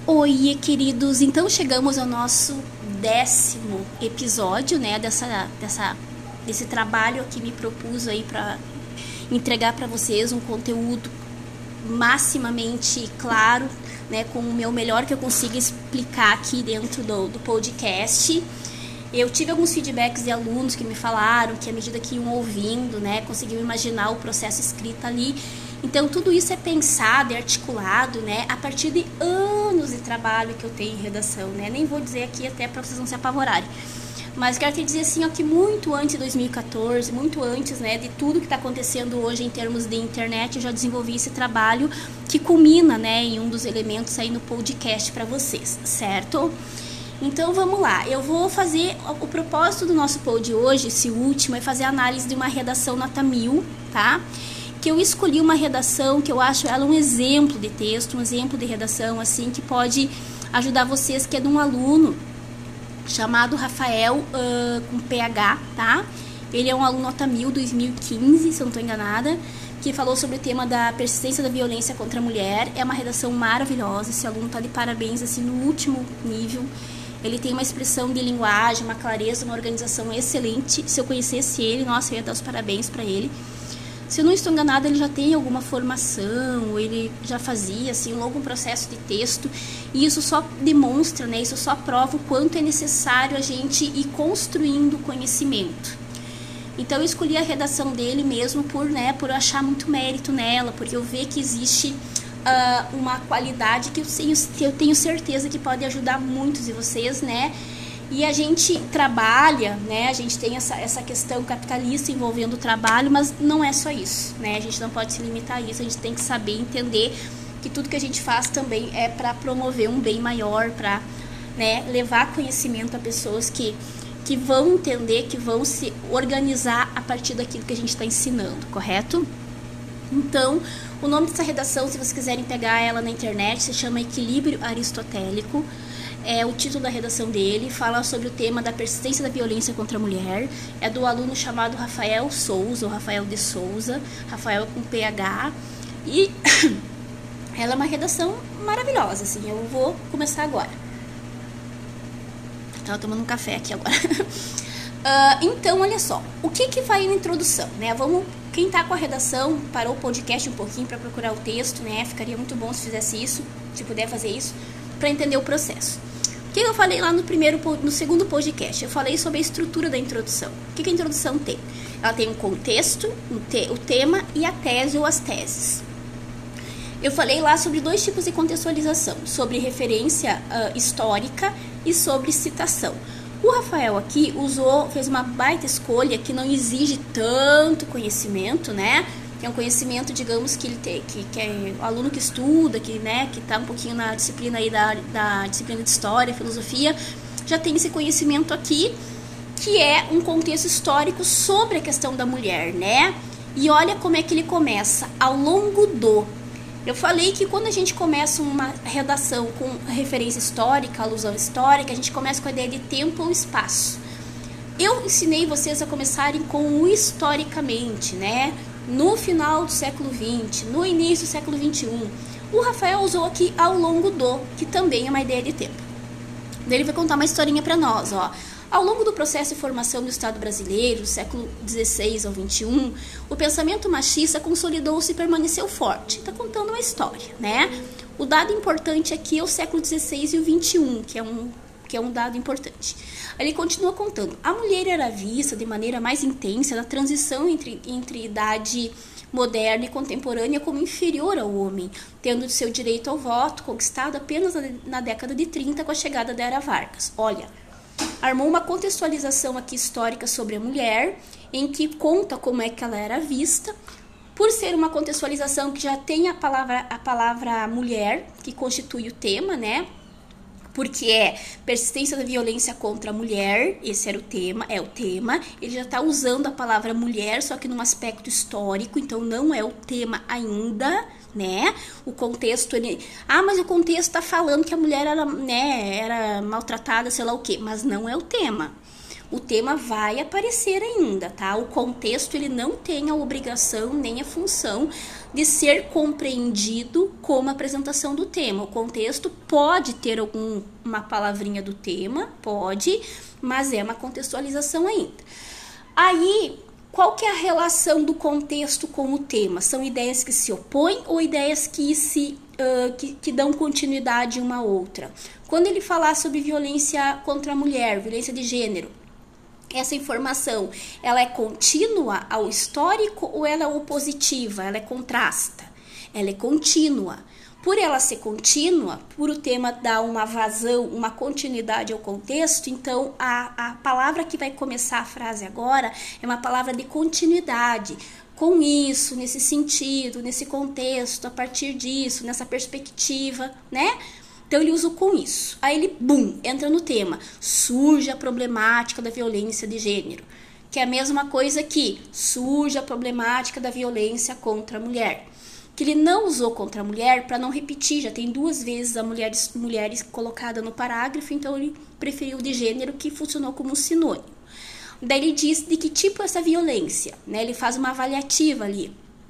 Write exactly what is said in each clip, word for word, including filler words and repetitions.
Oi, queridos! Então chegamos ao nosso décimo episódio, né, dessa, dessa, desse trabalho que me propus aí para entregar para vocês um conteúdo maximamente claro, né, com o meu melhor que eu consiga explicar aqui dentro do, do podcast. Eu tive alguns feedbacks de alunos que me falaram que à medida que iam ouvindo, né, conseguiam imaginar o processo escrito ali. Então, tudo isso é pensado e articulado, né, a partir de anos de trabalho que eu tenho em redação, né? Nem vou dizer aqui até para vocês não se apavorarem. Mas quero te dizer assim, ó, que muito antes de dois mil e quatorze, muito antes, né, de tudo que está acontecendo hoje em termos de internet, eu já desenvolvi esse trabalho que culmina, né, em um dos elementos aí no podcast para vocês, certo? Então vamos lá, eu vou fazer, o propósito do nosso pod de hoje, esse último, é fazer a análise de uma redação nota mil, tá? Que eu escolhi uma redação que eu acho ela um exemplo de texto, um exemplo de redação, assim, que pode ajudar vocês, que é de um aluno chamado Rafael, uh, com P H, tá? Ele é um aluno nota mil, dois mil e quinze, se eu não estou enganada, que falou sobre o tema da persistência da violência contra a mulher. É uma redação maravilhosa, esse aluno tá de parabéns, assim, no último nível. Ele tem uma expressão de linguagem, uma clareza, uma organização excelente. Se eu conhecesse ele, nossa, eu ia dar os parabéns para ele. Se eu não estou enganada, ele já tem alguma formação, ele já fazia assim, um longo processo de texto, e isso só demonstra, né, isso só prova o quanto é necessário a gente ir construindo conhecimento. Então eu escolhi a redação dele mesmo por, né, por achar muito mérito nela, porque eu vejo que existe uh, uma qualidade que eu, tenho, que eu tenho certeza que pode ajudar muitos de vocês, né? E a gente trabalha, né, a gente tem essa, essa questão capitalista envolvendo o trabalho, mas não é só isso, né, a gente não pode se limitar a isso, a gente tem que saber entender que tudo que a gente faz também é para promover um bem maior, para, né, levar conhecimento a pessoas que, que vão entender, que vão se organizar a partir daquilo que a gente está ensinando, correto? Então, o nome dessa redação, se vocês quiserem pegar ela na internet, se chama Equilíbrio Aristotélico. É o título da redação dele, fala sobre o tema da persistência da violência contra a mulher. É do aluno chamado Rafael Souza, ou Rafael de Souza, Rafael com P H. E ela é uma redação maravilhosa, assim, eu vou começar agora. Estava tomando um café aqui agora. uh, então, olha só, o que que vai na introdução, né? Vamos, quem tá com a redação, parou o podcast um pouquinho para procurar o texto, né? Ficaria muito bom se fizesse isso, se puder fazer isso, para entender o processo. O que eu falei lá no primeiro, no segundo podcast? Eu falei sobre a estrutura da introdução. O que, que a introdução tem? Ela tem um contexto, um te, o tema e a tese ou as teses. Eu falei lá sobre dois tipos de contextualização, sobre referência uh, histórica e sobre citação. O Rafael aqui usou, fez uma baita escolha que não exige tanto conhecimento, né? Que é um conhecimento, digamos, que ele tem, que, que é o aluno que estuda, que, né, que está um pouquinho na disciplina aí da, da disciplina de história, filosofia, já tem esse conhecimento aqui, que é um contexto histórico sobre a questão da mulher, né? E olha como é que ele começa, ao longo do. Eu falei que quando a gente começa uma redação com referência histórica, alusão histórica, a gente começa com a ideia de tempo ou espaço. Eu ensinei vocês a começarem com o historicamente, né? No final do século vinte, no início do século vinte e um. O Rafael usou aqui ao longo do, que também é uma ideia de tempo. Ele vai contar uma historinha para nós, ó. Ao longo do processo de formação do Estado brasileiro, do século dezesseis ao vinte e um, o pensamento machista consolidou-se e permaneceu forte. Está contando uma história, né? O dado importante aqui é o século dezesseis e o vinte e um, que é um, que é um dado importante. Ele continua contando. A mulher era vista de maneira mais intensa na transição entre, entre idade moderna e contemporânea como inferior ao homem, tendo seu direito ao voto conquistado apenas na, na década de trinta com a chegada da Era Vargas. Olha, armou uma contextualização aqui histórica sobre a mulher, em que conta como é que ela era vista, por ser uma contextualização que já tem a palavra, a palavra mulher, que constitui o tema, né? Porque é persistência da violência contra a mulher, esse era o tema, é o tema. Ele já está usando a palavra mulher, só que num aspecto histórico, então não é o tema ainda, né? O contexto, ele... Ah, mas o contexto está falando que a mulher era, né, era maltratada, sei lá o quê, mas não é o tema. O tema vai aparecer ainda, tá? O contexto, ele não tem a obrigação nem a função de ser compreendido como apresentação do tema. O contexto pode ter alguma palavrinha do tema, pode, mas é uma contextualização ainda. Aí, qual que é a relação do contexto com o tema? São ideias que se opõem ou ideias que se uh, que, que dão continuidade uma à outra? Quando ele falar sobre violência contra a mulher, violência de gênero, essa informação, ela é contínua ao histórico ou ela é opositiva? Ela é contrasta? Ela é contínua. Por ela ser contínua, por o tema dar uma vazão, uma continuidade ao contexto, então a, a palavra que vai começar a frase agora é uma palavra de continuidade. Com isso, nesse sentido, nesse contexto, a partir disso, nessa perspectiva, né? Então ele usa o com isso. Aí ele, bum, entra no tema. Surge a problemática da violência de gênero. Que é a mesma coisa que surge a problemática da violência contra a mulher. Que ele não usou contra a mulher para não repetir, já tem duas vezes a mulheres, mulheres colocada no parágrafo, então ele preferiu de gênero, que funcionou como um sinônimo. Daí ele diz de que tipo é essa violência, né? Ele faz uma avaliativa ali,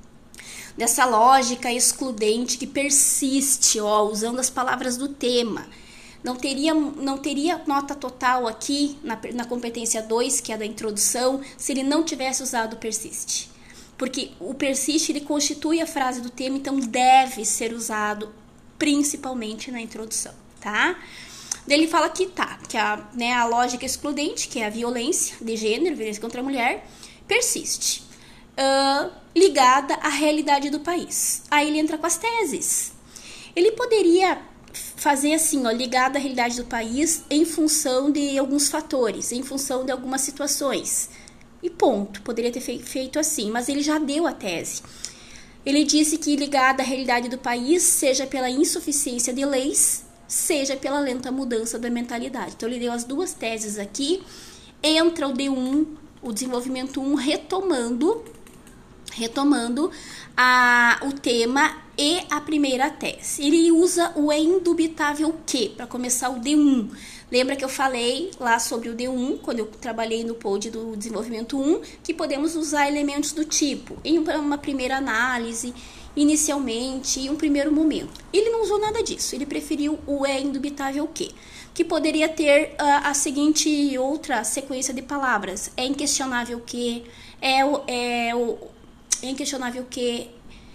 dessa lógica excludente que persiste, ó, usando as palavras do tema. Não teria, não teria nota total aqui na, na competência dois, que é da introdução, se ele não tivesse usado persiste. Porque o persiste, ele constitui a frase do tema, então deve ser usado principalmente na introdução, tá? Daí ele fala que tá, que a, né, a lógica excludente, que é a violência de gênero, violência contra a mulher, persiste, uh, ligada à realidade do país. Aí ele entra com as teses. Ele poderia fazer assim, ó, ligada à realidade do país em função de alguns fatores, em função de algumas situações. E ponto, poderia ter feito assim, mas ele já deu a tese. Ele disse que ligada à realidade do país, seja pela insuficiência de leis, seja pela lenta mudança da mentalidade. Então ele deu as duas teses aqui, entra o D um, o desenvolvimento um, retomando, retomando a, o tema e a primeira tese. Ele usa o é indubitável que, para começar o D um. Lembra que eu falei lá sobre o D um, quando eu trabalhei no pod do desenvolvimento um, que podemos usar elementos do tipo, em uma primeira análise, inicialmente, em um primeiro momento. Ele não usou nada disso, ele preferiu o é indubitável que, que poderia ter uh, a seguinte outra sequência de palavras. É inquestionável que, é o, é o é inquestionável que,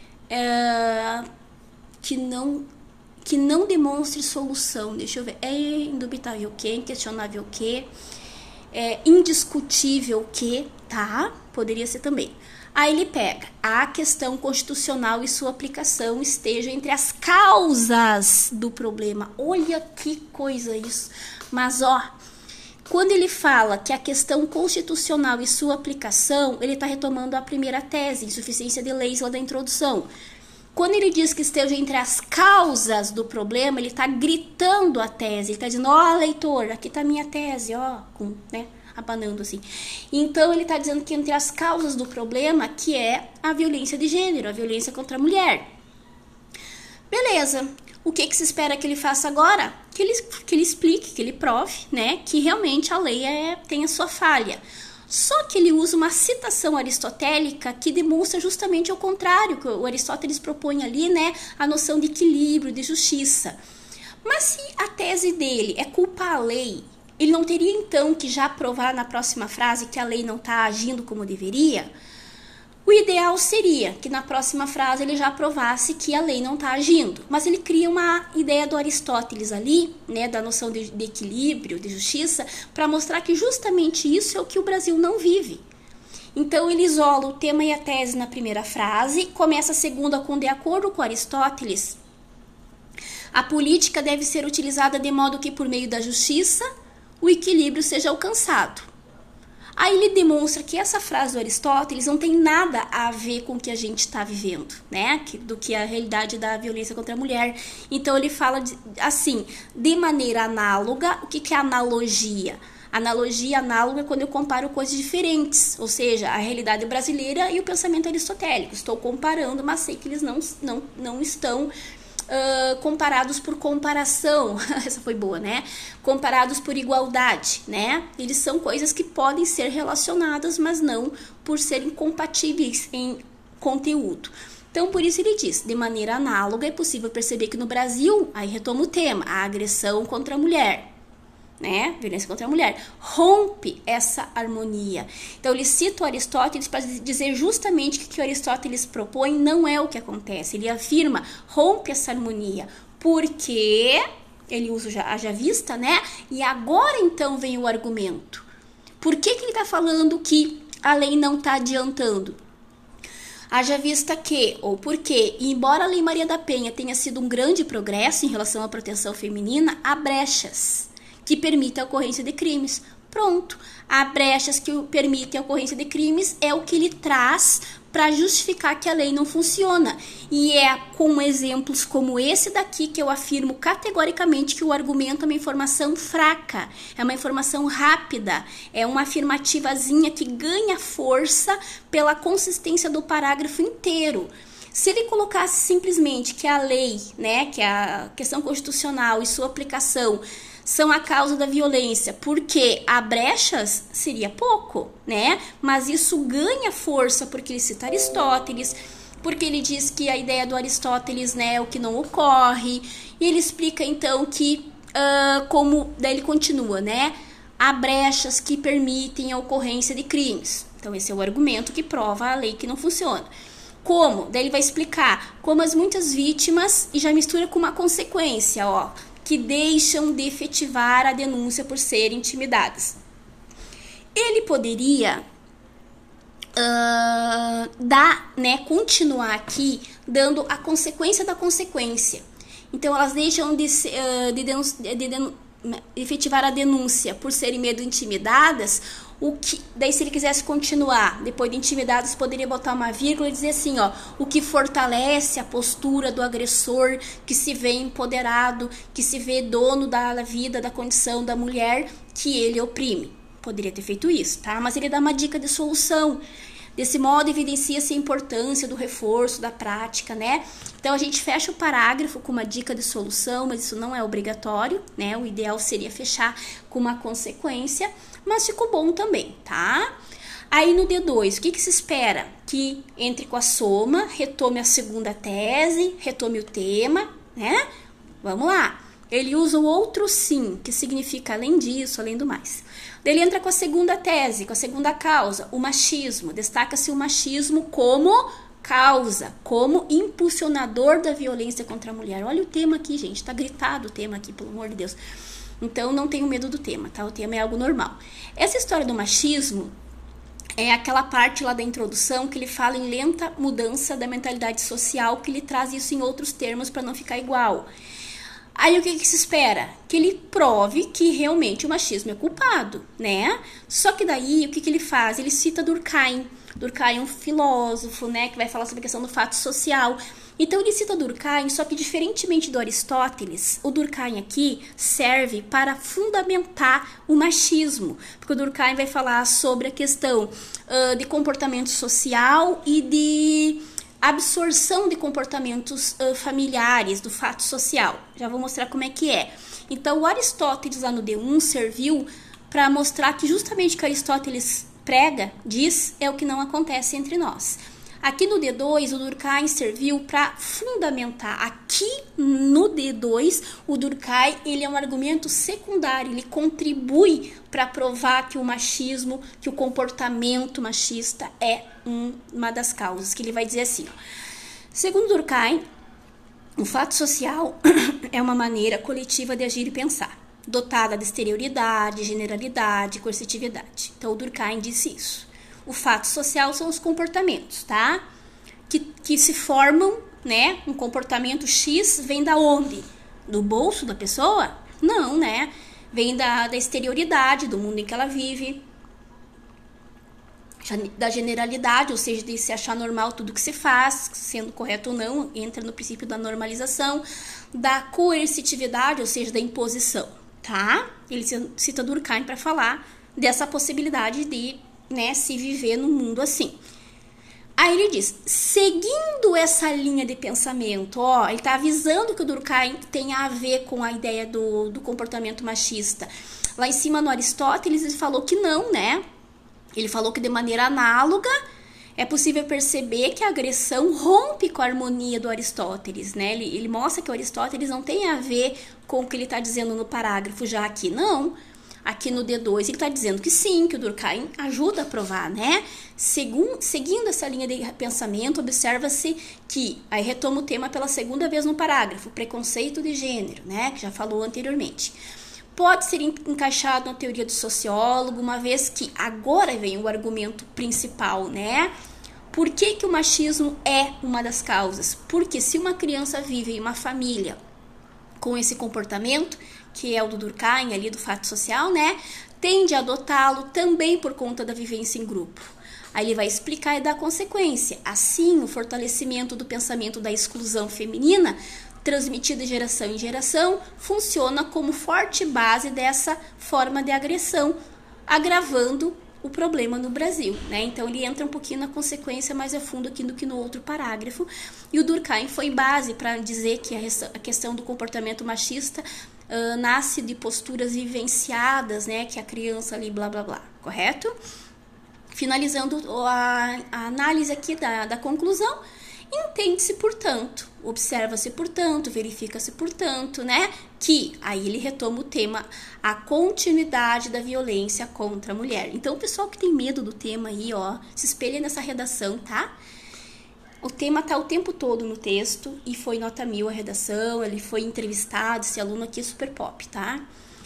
é, que não... que não demonstre solução, deixa eu ver, é indubitável que, é inquestionável que, é indiscutível que, tá? Poderia ser também. Aí ele pega, a questão constitucional e sua aplicação estejam entre as causas do problema. Olha que coisa isso. Mas, ó, quando ele fala que a questão constitucional e sua aplicação, ele está retomando a primeira tese, insuficiência de leis lá da introdução. Quando ele diz que esteja entre as causas do problema, ele está gritando a tese. Ele está dizendo, ó, oh, leitor, aqui está a minha tese, ó, com, né, abanando assim. Então, ele está dizendo que entre as causas do problema, que é a violência de gênero, a violência contra a mulher. Beleza. O que, que se espera que ele faça agora? Que ele, que ele explique, que ele prove, né, que realmente a lei é, tem a sua falha. Só que ele usa uma citação aristotélica que demonstra justamente o contrário, que o Aristóteles propõe ali, né, a noção de equilíbrio, de justiça. Mas se a tese dele é culpar a lei, ele não teria então que já provar na próxima frase que a lei não está agindo como deveria? O ideal seria que na próxima frase ele já provasse que a lei não está agindo. Mas ele cria uma ideia do Aristóteles ali, né, da noção de, de equilíbrio, de justiça, para mostrar que justamente isso é o que o Brasil não vive. Então ele isola o tema e a tese na primeira frase, começa a segunda com de acordo com Aristóteles. A política deve ser utilizada de modo que por meio da justiça o equilíbrio seja alcançado. Aí ele demonstra que essa frase do Aristóteles não tem nada a ver com o que a gente está vivendo, né? Do que a realidade da violência contra a mulher. Então ele fala de, assim, de maneira análoga. O que, que é analogia? Analogia análoga é quando eu comparo coisas diferentes, ou seja, a realidade brasileira e o pensamento aristotélico. Estou comparando, mas sei que eles não, não, não estão uh, comparados por comparação. Essa foi boa, né? Comparados por igualdade, né? Eles são coisas que podem ser relacionadas, mas não por serem compatíveis em conteúdo. Então, por isso ele diz, de maneira análoga, é possível perceber que no Brasil, aí retoma o tema, a agressão contra a mulher, né? Violência contra a mulher, rompe essa harmonia. Então, ele cita o Aristóteles para dizer justamente que o que o Aristóteles propõe não é o que acontece. Ele afirma, rompe essa harmonia, porque ele usa a haja vista, né? E agora, então, vem o argumento. Por que que ele está falando que a lei não está adiantando? Haja vista que, ou porque, embora a Lei Maria da Penha tenha sido um grande progresso em relação à proteção feminina, há brechas que permitem a ocorrência de crimes. Pronto, há brechas que permitem a ocorrência de crimes, é o que ele traz para justificar que a lei não funciona. E é com exemplos como esse daqui que eu afirmo categoricamente que o argumento é uma informação fraca, é uma informação rápida, é uma afirmativazinha que ganha força pela consistência do parágrafo inteiro. Se ele colocasse simplesmente que a lei, né, que a questão constitucional e sua aplicação são a causa da violência, porque há brechas, seria pouco, né? Mas isso ganha força porque ele cita Aristóteles, porque ele diz que a ideia do Aristóteles, né, é o que não ocorre, e ele explica então que, uh, como, daí ele continua, né? Há brechas que permitem a ocorrência de crimes. Então esse é o argumento que prova a lei que não funciona. Como? Daí ele vai explicar como as muitas vítimas, e já mistura com uma consequência, ó, que deixam de efetivar a denúncia por serem intimidadas. Ele poderia uh, dar, né, continuar aqui dando a consequência da consequência. Então, elas deixam de, uh, de, denun de denun efetivar a denúncia por serem medo intimidadas. O que, daí, se ele quisesse continuar, depois de intimidados, poderia botar uma vírgula e dizer assim, ó, o que fortalece a postura do agressor, que se vê empoderado, que se vê dono da vida, da condição da mulher que ele oprime. Poderia ter feito isso, tá? Mas ele dá uma dica de solução. Desse modo, evidencia-se a importância do reforço, da prática, né? Então, a gente fecha o parágrafo com uma dica de solução, mas isso não é obrigatório, né? O ideal seria fechar com uma consequência, mas ficou bom também, tá? Aí, no D dois, o que que se espera? Que entre com a soma, retome a segunda tese, retome o tema, né? Vamos lá. Ele usa o outro sim, que significa além disso, além do mais. Ele entra com a segunda tese, com a segunda causa, o machismo. Destaca-se o machismo como causa, como impulsionador da violência contra a mulher. Olha o tema aqui, gente, tá gritado o tema aqui, pelo amor de Deus. Então, não tenho medo do tema, tá? O tema é algo normal. Essa história do machismo é aquela parte lá da introdução que ele fala em lenta mudança da mentalidade social, que ele traz isso em outros termos para não ficar igual. Aí o que, que se espera? Que ele prove que realmente o machismo é culpado, né? Só que daí o que, que ele faz? Ele cita Durkheim. Durkheim é um filósofo, né? Que vai falar sobre a questão do fato social. Então ele cita Durkheim, só que diferentemente do Aristóteles, o Durkheim aqui serve para fundamentar o machismo. Porque o Durkheim vai falar sobre a questão uh, de comportamento social e de absorção de comportamentos uh, familiares, do fato social. Já vou mostrar como é que é. Então, o Aristóteles lá no D um serviu para mostrar que justamente o que Aristóteles prega, diz, é o que não acontece entre nós. Aqui no D dois, o Durkheim serviu para fundamentar. Aqui no D dois, o Durkheim ele é um argumento secundário, ele contribui para provar que o machismo, que o comportamento machista é um, uma das causas, que ele vai dizer assim. Ó. Segundo Durkheim, o fato social é uma maneira coletiva de agir e pensar, dotada de exterioridade, generalidade, coercitividade. Então, o Durkheim disse isso. O fato social são os comportamentos, tá? Que, que se formam, né? Um comportamento X vem da onde? Do bolso da pessoa? Não, né? Vem da, da exterioridade, do mundo em que ela vive, da generalidade, ou seja, de se achar normal tudo que se faz, sendo correto ou não, entra no princípio da normalização, da coercitividade, ou seja, da imposição, tá? Ele cita Durkheim para falar dessa possibilidade de, né, se viver num mundo assim. Aí ele diz, seguindo essa linha de pensamento, ó, ele está avisando que o Durkheim tem a ver com a ideia do, do comportamento machista. Lá em cima no Aristóteles ele falou que não, né? Ele falou que de maneira análoga é possível perceber que a agressão rompe com a harmonia do Aristóteles, né? Ele, ele mostra que o Aristóteles não tem a ver com o que ele está dizendo no parágrafo, já aqui não. Aqui no D dois ele está dizendo que sim, que o Durkheim ajuda a provar, né? Segun, seguindo essa linha de pensamento, observa-se que, aí retoma o tema pela segunda vez no parágrafo, preconceito de gênero, né? Que já falou anteriormente. Pode ser encaixado na teoria do sociólogo, uma vez que agora vem o argumento principal, né? Por que que o machismo é uma das causas? Porque se uma criança vive em uma família com esse comportamento, que é o do Durkheim, ali do fato social, né? Tende a adotá-lo também por conta da vivência em grupo. Aí ele vai explicar e dar consequência. Assim, o fortalecimento do pensamento da exclusão feminina, transmitido de geração em geração, funciona como forte base dessa forma de agressão, agravando o problema no Brasil, né? Então ele entra um pouquinho na consequência mais a fundo aqui do que no outro parágrafo. E o Durkheim foi base para dizer que a questão do comportamento machista uh, nasce de posturas vivenciadas, né? Que a criança ali, blá blá blá, correto? Finalizando a, a análise aqui da, da conclusão, entende-se, portanto, observa-se, portanto, verifica-se, portanto, né, que aí ele retoma o tema, a continuidade da violência contra a mulher. Então, o pessoal que tem medo do tema aí, ó, se espelha nessa redação, tá? O tema tá o tempo todo no texto e foi nota mil a redação, ele foi entrevistado, esse aluno aqui é super pop, tá?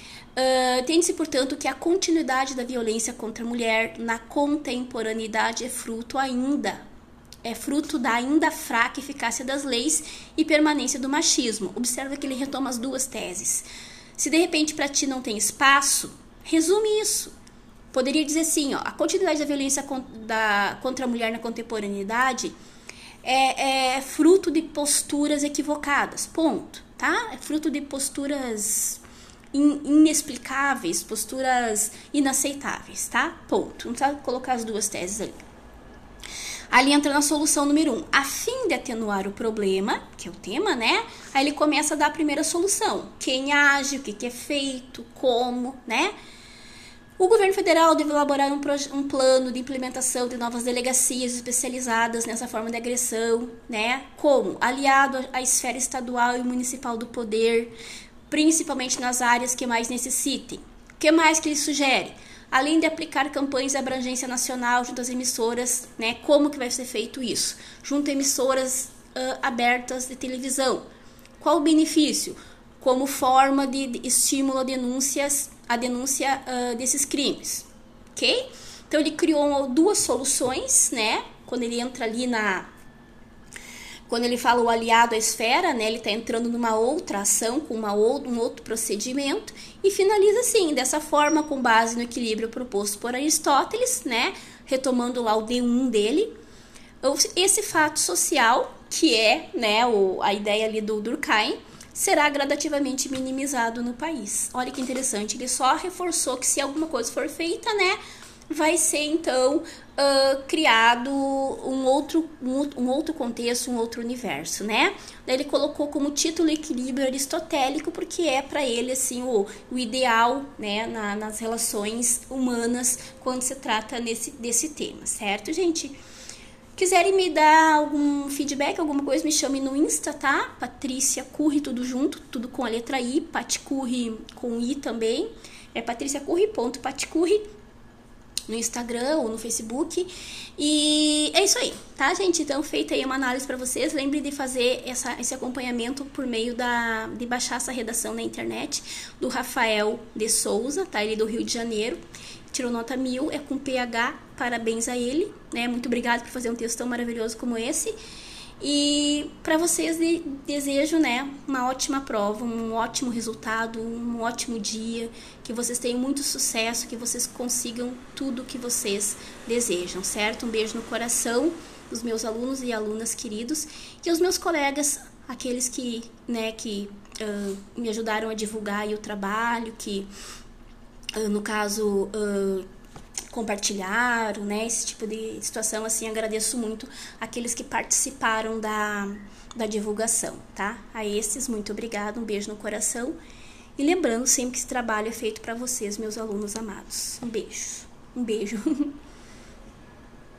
Uh, Entende-se, portanto, que a continuidade da violência contra a mulher na contemporaneidade é fruto ainda é fruto da ainda fraca eficácia das leis e permanência do machismo. Observa que ele retoma as duas teses. Se de repente para ti não tem espaço, resume isso. Poderia dizer assim, ó, a continuidade da violência da, contra a mulher na contemporaneidade é, é fruto de posturas equivocadas, ponto, tá? É fruto de posturas in, inexplicáveis, posturas inaceitáveis, tá? Ponto. Não precisa colocar as duas teses ali. Ali entra na solução número um. A fim de atenuar o problema, que é o tema, né? Aí ele começa a dar a primeira solução. Quem age, o que, que é feito, como, né? O governo federal deve elaborar um, um plano de implementação de novas delegacias especializadas nessa forma de agressão, né? Como? Aliado à esfera estadual e municipal do poder, principalmente nas áreas que mais necessitem. O que mais que ele sugere? Além de aplicar campanhas de abrangência nacional junto às emissoras, né? Como que vai ser feito isso? Junto a emissoras uh, abertas de televisão. Qual o benefício? Como forma de, de estímulo a denúncias, a denúncia uh, desses crimes, ok? Então ele criou duas soluções, né? Quando ele entra ali na... Quando ele fala o aliado à esfera, né, ele está entrando numa outra ação, com uma ou, um outro procedimento, e finaliza assim, dessa forma, com base no equilíbrio proposto por Aristóteles, né, retomando lá o D um dele, esse fato social, que é, né, o, a ideia ali do Durkheim, será gradativamente minimizado no país. Olha que interessante, ele só reforçou que se alguma coisa for feita, né, vai ser então uh, criado um outro, um, um outro contexto, um outro universo, né? Daí ele colocou como título equilíbrio aristotélico, porque é para ele assim o, o ideal, né, na, nas relações humanas quando se trata nesse, desse tema, certo, gente? Quiserem me dar algum feedback, alguma coisa, me chame no Insta, tá? Patrícia Curri, tudo junto, tudo com a letra I, Paticurri com I também, é patriciacurri.paticurri no Instagram ou no Facebook. E é isso aí, tá, gente? Então, feita aí uma análise para vocês. Lembre de fazer essa, esse acompanhamento por meio da... de baixar essa redação na internet do Rafael de Souza, tá? Ele é do Rio de Janeiro. Tirou nota mil, é com P H, parabéns a ele, né? Muito obrigada por fazer um texto tão maravilhoso como esse. E para vocês de, desejo, né, uma ótima prova, um ótimo resultado, um ótimo dia, que vocês tenham muito sucesso, que vocês consigam tudo o que vocês desejam, certo? Um beijo no coração dos meus alunos e alunas queridos e os meus colegas, aqueles que, né, que uh, me ajudaram a divulgar aí o trabalho, que uh, no caso uh, compartilharam, né, esse tipo de situação, assim, agradeço muito aqueles que participaram da, da divulgação, tá? A esses, muito obrigada, um beijo no coração. E lembrando sempre que esse trabalho é feito para vocês, meus alunos amados. Um beijo. Um beijo.